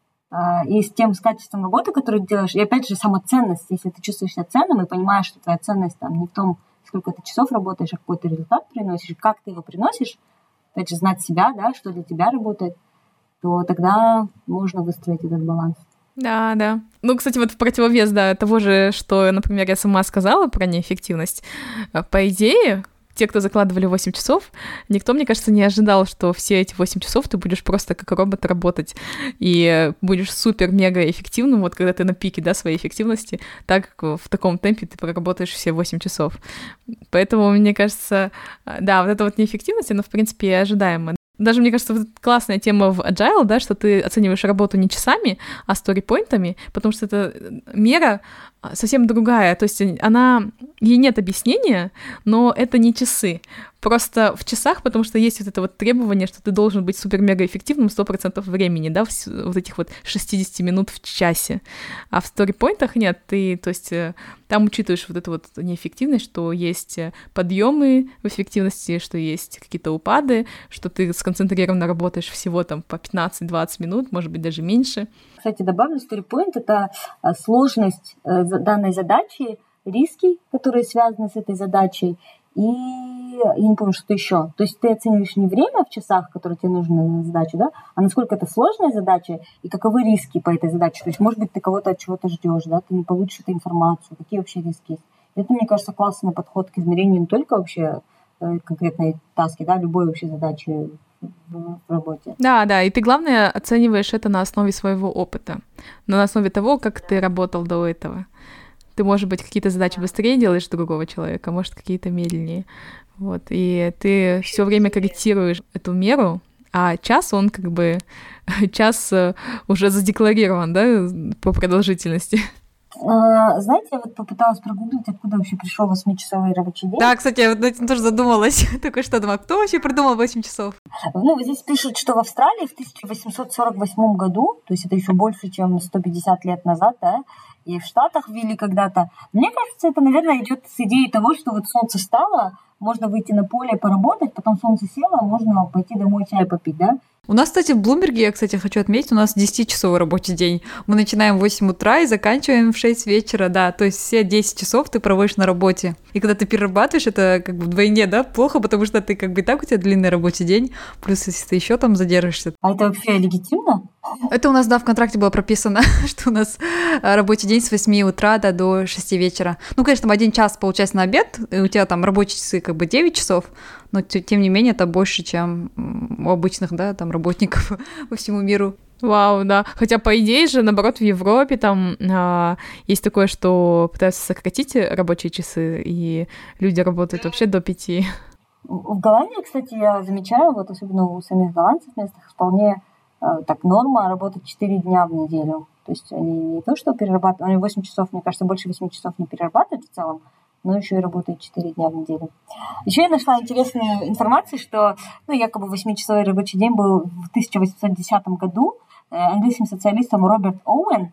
и с тем, с качеством работы, которую ты делаешь, и опять же самоценность, если ты чувствуешь себя ценным и понимаешь, что твоя ценность там не в том, сколько ты часов работаешь, а какой ты результат приносишь, как ты его приносишь, опять же знать себя, да, что для тебя работает, то тогда можно выстроить этот баланс. Да, да. Ну, кстати, вот в противовес, да, того же, что, например, я сама сказала про неэффективность, по идее, те, кто закладывали восемь часов, никто, мне кажется, не ожидал, что все эти восемь часов ты будешь просто как робот работать и будешь супер-мега эффективным, вот когда ты на пике, да, своей эффективности, так в таком темпе ты проработаешь все восемь часов. Поэтому, мне кажется, да, вот эта вот неэффективность, она, в принципе, ожидаема. Даже, мне кажется, вот классная тема в Agile, да, что ты оцениваешь работу не часами, а сторипоинтами, потому что это мера совсем другая, то есть она, ей нет объяснения, но это не часы, просто в часах, потому что есть вот это вот требование, что ты должен быть супер-мега-эффективным сто процентов времени, да, вот этих вот шестьдесят минут в часе, а в сторипоинтах нет, ты, то есть там учитываешь вот эту вот неэффективность, что есть подъемы в эффективности, что есть какие-то упады, что ты сконцентрированно работаешь всего там по пятнадцать-двадцать минут, может быть, даже меньше. Кстати, добавлю, StoryPoint — это сложность данной задачи, риски, которые связаны с этой задачей, и я не помню, что еще. То есть ты оцениваешь не время в часах, которые тебе нужны на задачу, да, а насколько это сложная задача и каковы риски по этой задаче. То есть, может быть, ты кого-то от чего-то ждешь, да, ты не получишь эту информацию, какие вообще риски есть. И это, мне кажется, классный подход к измерению не только вообще конкретной таски, да, любой вообще задачи в работе. Да, да, и ты, главное, оцениваешь это на основе своего опыта, но на основе того, как ты работал до этого. ты, может быть, какие-то задачи быстрее делаешь другого человека, а может, какие-то медленнее. Вот, и ты все время корректируешь эту меру, а час, он как бы, час уже задекларирован, да, по продолжительности. Знаете, я вот попыталась прогуглить, откуда вообще пришел восьмичасовой рабочий день. Да, кстати, я над этим тоже задумалась. Только что думала, кто вообще придумал восемь часов? Ну, здесь пишут, что в Австралии в тысяча восемьсот сорок восьмом году, то есть это еще больше, чем сто пятьдесят лет назад, да, и в Штатах ввели когда-то. Мне кажется, это, наверное, идет с идеи того, что вот солнце встало, можно выйти на поле поработать, потом солнце село, можно пойти домой чай попить, да? У нас, кстати, в Блумберге, я, кстати, хочу отметить, у нас десятичасовой рабочий день. Мы начинаем в восемь утра и заканчиваем в шесть вечера, да. То есть все десять часов ты проводишь на работе. И когда ты перерабатываешь, это как бы вдвойне, да, плохо, потому что ты как бы и так у тебя длинный рабочий день, плюс если ты еще там задержишься. А это вообще легитимно? Это у нас, да, в контракте было прописано, что у нас рабочий день с восьми утра да, до шести вечера. Ну, конечно, там один час получается на обед, и у тебя там рабочие часы как бы девять часов, но тем не менее это больше, чем у обычных, да, там работников по всему миру. Вау, да. Хотя, по идее же, наоборот, в Европе там а, есть такое, что пытаются сократить рабочие часы, и люди работают вообще до пяти. В Голландии, кстати, я замечаю, вот особенно у самих голландцев местных, вполне э, так норма работать четыре дня в неделю. То есть они не то, что перерабатывают, они восемь часов, мне кажется, больше восьми часов не перерабатывают в целом, но еще и работают четыре дня в неделю. Еще я нашла интересную информацию, что ну, якобы восьмичасовой рабочий день был в тысяча восемьсот десятом году английским социалистом Роберт Оуэн,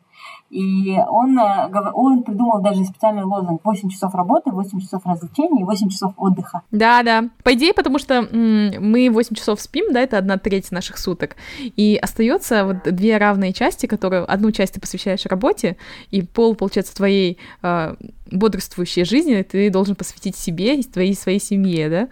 и он, он придумал даже специальный лозунг: восемь часов работы, восемь часов развлечений и восемь часов отдыха. Да-да, по идее, потому что м- мы восемь часов спим, да, это одна треть наших суток, и остается вот две равные части, которые одну часть ты посвящаешь работе, и пол, получается, твоей э, бодрствующей жизни ты должен посвятить себе и твоей, своей семье, да.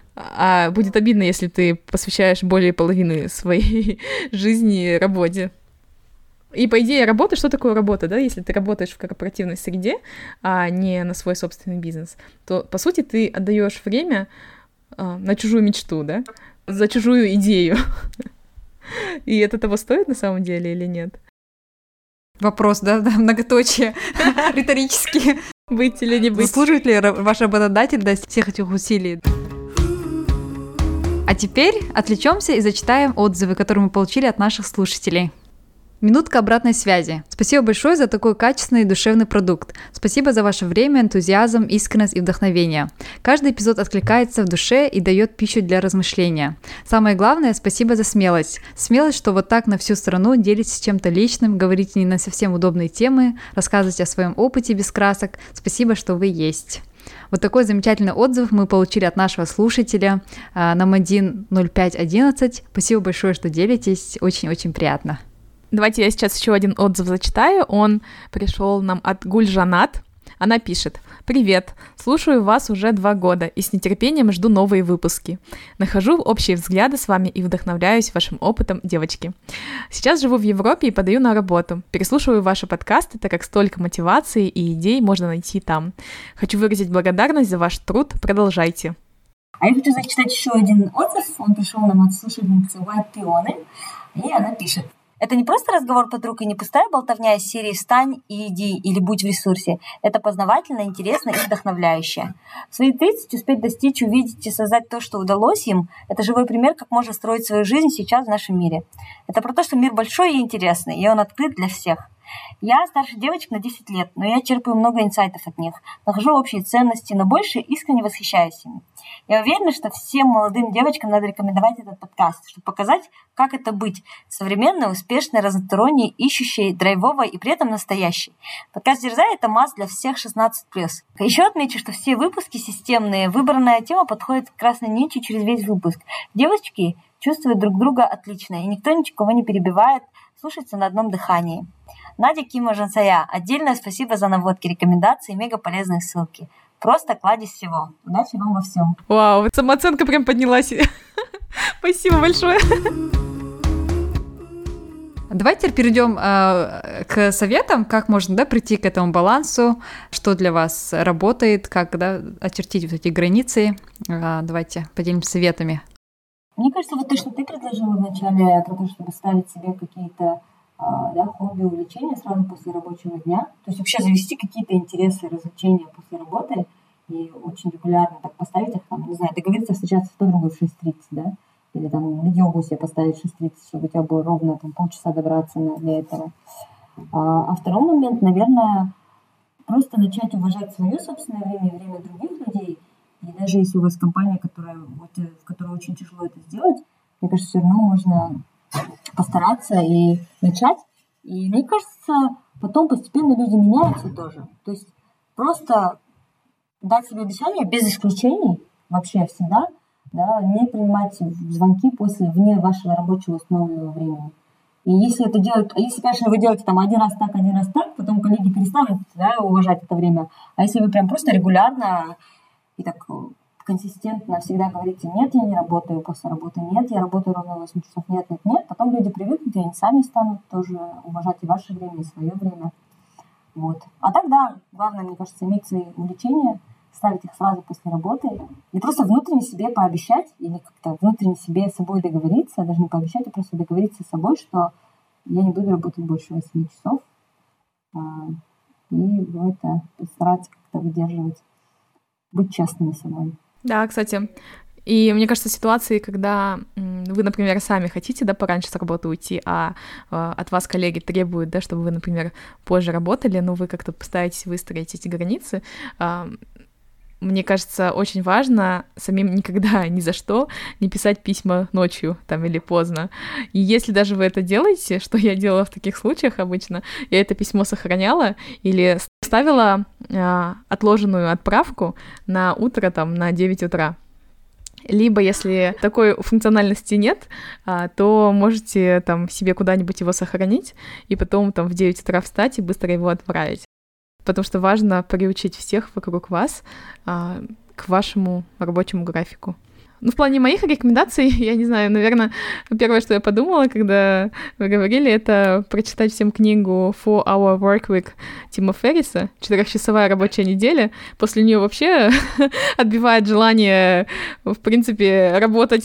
А будет обидно, если ты посвящаешь более половины своей жизни работе. И, по идее, работа, что такое работа, да? Если ты работаешь в корпоративной среде, а не на свой собственный бизнес, то, по сути, ты отдаешь время а, на чужую мечту, да? За чужую идею. И это того стоит на самом деле или нет? Вопрос, да, да, многоточие, риторически. Быть или не быть. Заслуживает ли ваш работодатель да, всех этих усилий? А теперь отвлечемся и зачитаем отзывы, которые мы получили от наших слушателей. Минутка обратной связи. Спасибо большое за такой качественный и душевный продукт. Спасибо за ваше время, энтузиазм, искренность и вдохновение. Каждый эпизод откликается в душе и дает пищу для размышления. Самое главное, спасибо за смелость. Смелость, что вот так на всю страну делитесь чем-то личным, говорите не на совсем удобные темы, рассказывайте о своем опыте без красок. Спасибо, что вы есть. Вот такой замечательный отзыв мы получили от нашего слушателя нам один ноль пять одиннадцать. Спасибо большое, что делитесь. Очень-очень приятно. Давайте я сейчас еще один отзыв зачитаю. Он пришел нам от Гульжанат. Она пишет: «Привет, слушаю вас уже два года и с нетерпением жду новые выпуски. Нахожу общие взгляды с вами и вдохновляюсь вашим опытом, девочки. Сейчас живу в Европе и подаю на работу. Переслушиваю ваши подкасты, так как столько мотивации и идей можно найти там. Хочу выразить благодарность за ваш труд. Продолжайте». А я хочу зачитать еще один отзыв. Он пришел нам от слушательницы White Пионы, и она пишет: «Это не просто разговор подруг и не пустая болтовня из серии «Встань и иди» или «Будь в ресурсе». Это познавательно, интересно и вдохновляюще. В свои тридцать успеть достичь, увидеть и создать то, что удалось им – это живой пример, как можно строить свою жизнь сейчас в нашем мире. Это про то, что мир большой и интересный, и он открыт для всех. Я старше девочек на десять лет, но я черпаю много инсайтов от них, нахожу общие ценности, но больше искренне восхищаюсь ими. Я уверена, что всем молодым девочкам надо рекомендовать этот подкаст, чтобы показать, как это быть современной, успешной, разносторонней, ищущей, драйвовой и при этом настоящей. Подкаст «Дерзай» — это масс для всех шестнадцать плюс. Еще отмечу, что все выпуски системные, выбранная тема подходит к красной нити через весь выпуск. Девочки чувствуют друг друга отлично, и никто никого не перебивает, слушается на одном дыхании. Надя Кима Жансая, отдельное спасибо за наводки, рекомендации и мега полезные ссылки. Просто кладезь всего. Удачи вам во всем. Вау, самооценка прям поднялась. Спасибо большое. Давайте теперь перейдем э, к советам, как можно да, прийти к этому балансу, что для вас работает, как да, очертить вот эти границы. Э, давайте поделимся советами. Мне кажется, вот то, что ты предложила вначале, про то, чтобы ставить себе какие-то да, хобби, увлечения сразу после рабочего дня. То есть вообще завести какие-то интересы, развлечения после работы и очень регулярно так поставить их, там, не знаю, договориться встречаться с подругой в шесть тридцать, да, или там на йогу себе поставить в шесть тридцать, чтобы у тебя было ровно там полчаса добраться на, для этого. А, а второй момент, наверное, просто начать уважать свое собственное время и время других людей. И даже если у вас компания, которая, вот, в которой очень тяжело это сделать, мне кажется, все равно можно постараться и начать. И мне кажется, потом постепенно люди меняются тоже. То есть просто дать себе обещание без исключений, вообще всегда, да, не принимать звонки после вне вашего рабочего установленного времени. И если это делать, если, конечно, вы делаете там один раз так, один раз так, потом коллеги перестанут, да, уважать это время. А если вы прям просто регулярно и так консистентно всегда говорите: нет, я не работаю после работы, нет, я работаю ровно восемь часов, нет, нет, нет, потом люди привыкнут, и они сами станут тоже уважать и ваше время, и свое время. Вот. А тогда главное, мне кажется, иметь свои увлечения, ставить их сразу после работы и просто внутренне себе пообещать или как-то внутренне себе с собой договориться, даже не пообещать, а просто договориться с собой, что я не буду работать больше восьми часов, и это постараться как-то выдерживать, быть честными с собой. Да, кстати, и мне кажется, ситуации, когда вы, например, сами хотите, да, пораньше с работы уйти, а э, от вас коллеги требуют, да, чтобы вы, например, позже работали, но вы как-то постараетесь выстроить эти границы, э, мне кажется, очень важно самим никогда ни за что не писать письма ночью там или поздно. И если даже вы это делаете, что я делала в таких случаях обычно, я это письмо сохраняла или ставила э, отложенную отправку на утро, там, на девять утра. Либо, если такой функциональности нет, э, то можете там себе куда-нибудь его сохранить и потом там в девять утра встать и быстро его отправить. Потому что важно приучить всех вокруг вас а, к вашему рабочему графику. Ну, в плане моих рекомендаций, я не знаю, наверное, первое, что я подумала, когда вы говорили, это прочитать всем книгу four hour work week Тима Ферриса, четырехчасовая рабочая неделя. После нее вообще отбивает желание, в принципе, работать.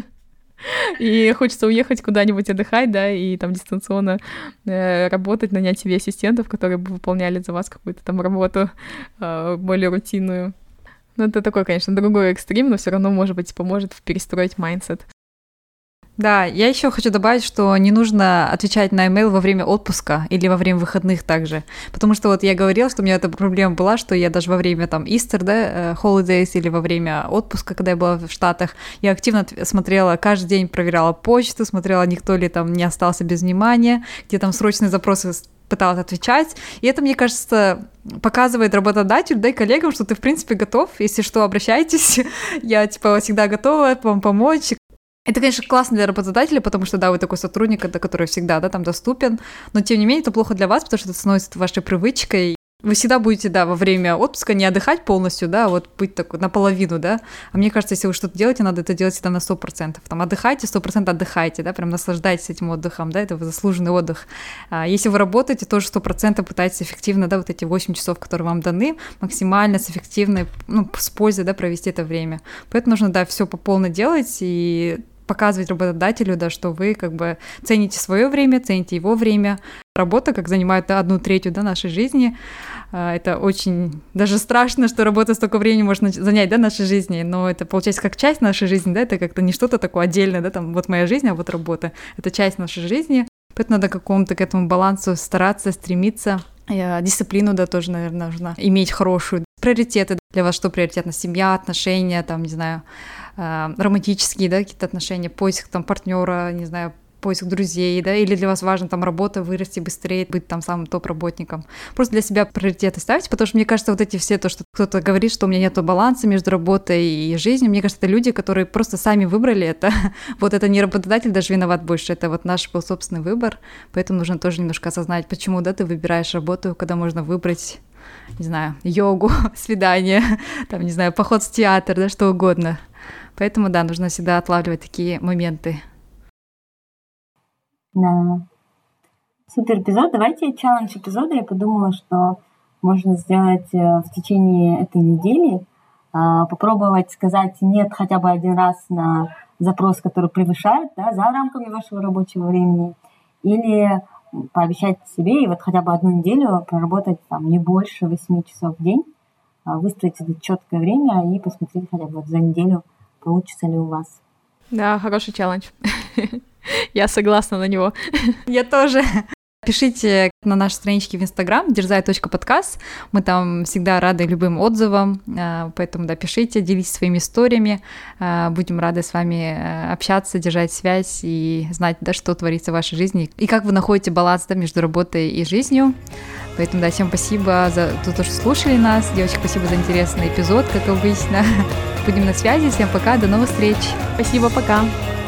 И хочется уехать куда-нибудь отдыхать, да, и там дистанционно э, работать, нанять себе ассистентов, которые бы выполняли за вас какую-то там работу э, более рутинную. Ну, это такой, конечно, другой экстрим, но все равно, может быть, поможет перестроить майндсет. Да, я еще хочу добавить, что не нужно отвечать на имейл во время отпуска или во время выходных также, потому что вот я говорила, что у меня эта проблема была, что я даже во время там Easter, да, holidays или во время отпуска, когда я была в Штатах, я активно смотрела, каждый день проверяла почту, смотрела, никто ли там не остался без внимания, где там срочные запросы пыталась отвечать, и это, мне кажется, показывает работодателю, да, и коллегам, что ты, в принципе, готов, если что, обращайтесь, я, типа, всегда готова вам помочь. Это, конечно, классно для работодателя, потому что, да, вы такой сотрудник, который всегда, да, там доступен, но, тем не менее, это плохо для вас, потому что это становится вашей привычкой. Вы всегда будете, да, во время отпуска не отдыхать полностью, да, а вот быть такой наполовину, да, а мне кажется, если вы что-то делаете, надо это делать всегда на сто процентов, там, отдыхайте, сто процентов отдыхайте, да, прям наслаждайтесь этим отдыхом, да, это заслуженный отдых. А если вы работаете, тоже сто процентов пытайтесь эффективно, да, вот эти восемь часов, которые вам даны, максимально с эффективной, ну, с пользой, да, провести это время. Поэтому нужно, да, все по полной делать и показывать работодателю, да, что вы как бы цените свое время, цените его время. Работа, как занимает одну третью, да, нашей жизни, это очень даже страшно, что работа столько времени может занять, да, нашей жизни, но это получается как часть нашей жизни, да, это как-то не что-то такое отдельное, да, там вот моя жизнь, а вот работа, это часть нашей жизни, поэтому надо к какому-то к этому балансу стараться, стремиться. Дисциплину, да, тоже, наверное, нужно иметь хорошую. Приоритеты для вас, что приоритетно? Семья, отношения, там, не знаю, романтические, да, какие-то отношения, поиск там партнера, не знаю, поиск друзей, да, или для вас важно там работа, вырасти быстрее, быть там самым топ-работником. Просто для себя приоритеты ставьте, потому что мне кажется, вот эти все, то, что кто-то говорит, что у меня нету баланса между работой и жизнью, мне кажется, это люди, которые просто сами выбрали это. Вот это не работодатель даже виноват больше, это вот наш был собственный выбор, поэтому нужно тоже немножко осознать, почему, да, ты выбираешь работу, когда можно выбрать, не знаю, йогу, свидание, там, не знаю, поход в театр, да, что угодно. Поэтому, да, нужно всегда отлавливать такие моменты. Да. Супер эпизод. Давайте челлендж эпизода. Я подумала, что можно сделать в течение этой недели. Попробовать сказать «нет» хотя бы один раз на запрос, который превышает, да, за рамками вашего рабочего времени. Или пообещать себе и вот хотя бы одну неделю проработать там не больше восемь часов в день, выстроить это четкое время и посмотреть хотя бы вот за неделю, получится ли у вас. Да, хороший челлендж. Я согласна на него. Я тоже. Пишите на нашей страничке в Инстаграм дерзай точка подкаст. Мы там всегда рады любым отзывам, поэтому да, пишите, делитесь своими историями. Будем рады с вами общаться, держать связь и знать, да, что творится в вашей жизни и как вы находите баланс, да, между работой и жизнью. Поэтому, да, всем спасибо за то, что слушали нас. Девочки, спасибо за интересный эпизод, как обычно. Будем на связи. Всем пока, до новых встреч. Спасибо, пока.